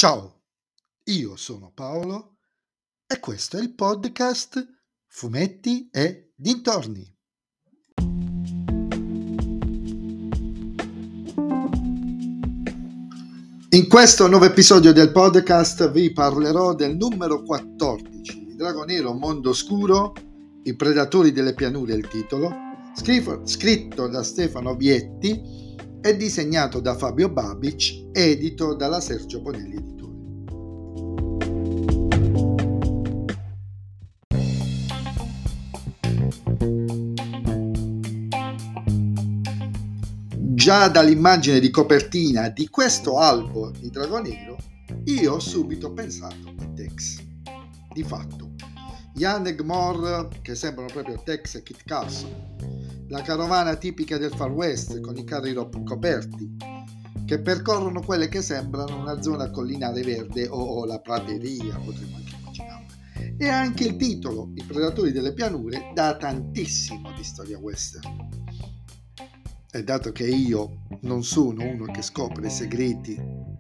Ciao, io sono Paolo e questo è il podcast Fumetti e Dintorni. In questo nuovo episodio del podcast vi parlerò del numero 14 di Dragonero Mondo Oscuro, I Predatori delle Pianure, il titolo, scritto da Stefano Vietti e disegnato da Fabio Babic, edito dalla Sergio Bonelli Editori. Già dall'immagine di copertina di questo albo di Dragonero, io ho subito pensato a Tex. Di fatto, Ian Egmore, che sembrano proprio Tex e Kit Carson, la carovana tipica del Far West con i carri coperti, che percorrono quelle che sembrano una zona collinare verde o la prateria, potremmo anche immaginare. E anche il titolo, I Predatori delle Pianure, dà tantissimo di storia western. E dato che io non sono uno che scopre segreti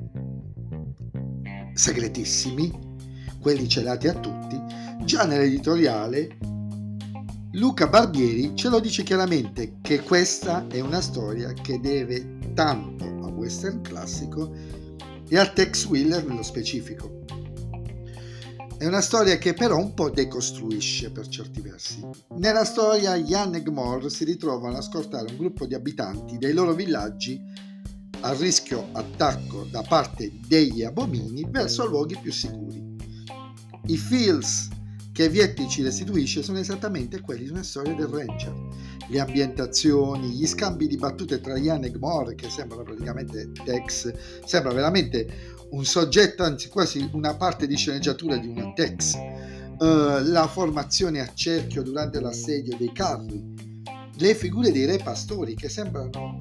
segretissimi, quelli celati a tutti, già nell'editoriale Luca Barbieri ce lo dice chiaramente che questa è una storia che deve tanto a western classico e a Tex Willer nello specifico. È una storia che però un po' decostruisce per certi versi. Nella storia Ian Egmore si ritrovano a scortare un gruppo di abitanti dei loro villaggi a rischio attacco da parte degli abomini verso luoghi più sicuri. I feels che Vietti ci restituisce sono esattamente quelli di una storia del Ranger. Le ambientazioni, gli scambi di battute tra Ian Egmore, che sembrano praticamente Tex, sembra veramente un soggetto, anzi quasi una parte di sceneggiatura di una Tex, la formazione a cerchio durante l'assedio dei carri, le figure dei re pastori che sembrano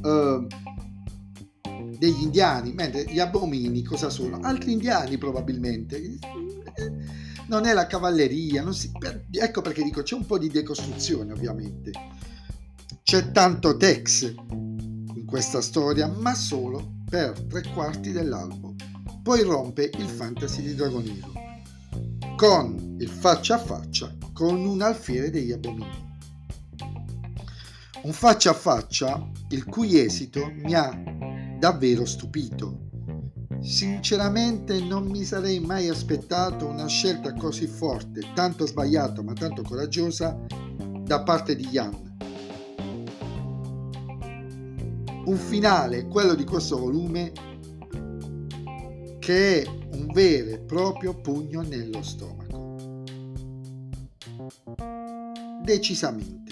degli indiani, mentre gli abomini cosa sono? Altri indiani probabilmente. Non è la cavalleria, ecco perché dico c'è un po' di decostruzione ovviamente. C'è tanto Tex in questa storia, ma solo per 3/4 dell'albo. Poi rompe il fantasy di Dragonero con il faccia a faccia con un alfiere degli abomini. Un faccia a faccia il cui esito mi ha davvero stupito. Sinceramente non mi sarei mai aspettato una scelta così forte, tanto sbagliata ma tanto coraggiosa da parte di Ian. Un finale, quello di questo volume, che è un vero e proprio pugno nello stomaco. Decisamente.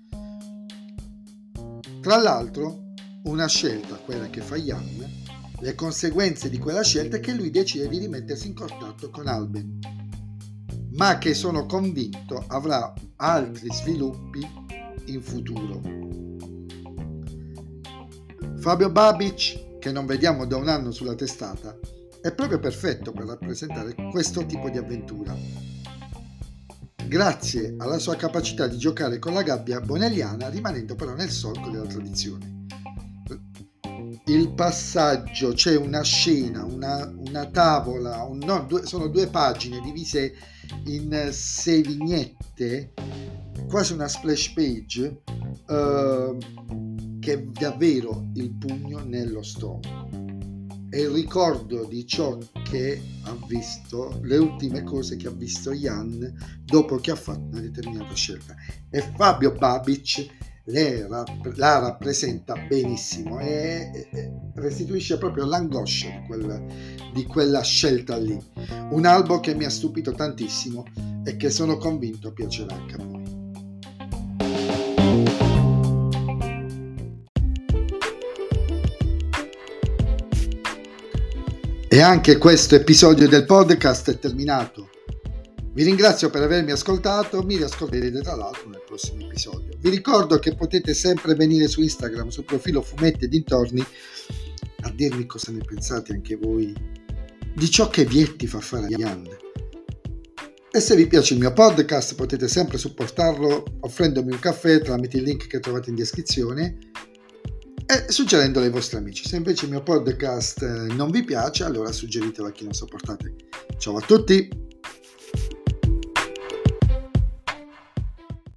Tra l'altro, una scelta, quella che fa Ian, le conseguenze di quella scelta è che lui decide di rimettersi in contatto con Alben, ma che sono convinto avrà altri sviluppi in futuro. Fabio Babic, che non vediamo da un anno sulla testata, è proprio perfetto per rappresentare questo tipo di avventura, grazie alla sua capacità di giocare con la gabbia bonelliana, rimanendo però nel solco della tradizione. Il passaggio, c'è una scena, una tavola, sono 2 pagine divise in 6 vignette, quasi una splash page, che è davvero il pugno nello stomaco. È il ricordo di ciò che ha visto, le ultime cose che ha visto Ian dopo che ha fatto una determinata scelta. E Fabio Babic la rappresenta benissimo e restituisce proprio l'angoscia di quella scelta lì. Un albo che mi ha stupito tantissimo e che sono convinto piacerà anche a voi. E anche questo episodio del podcast è terminato. Vi ringrazio per avermi ascoltato, mi riascolterete tra l'altro nel prossimo episodio. Vi ricordo che potete sempre venire su Instagram, sul profilo Fumetti e Dintorni, a dirmi cosa ne pensate anche voi di ciò che Vietti fa fare a Ian. E se vi piace il mio podcast potete sempre supportarlo offrendomi un caffè tramite il link che trovate in descrizione e suggerendolo ai vostri amici. Se invece il mio podcast non vi piace, allora suggeritelo a chi non sopportate. Ciao a tutti!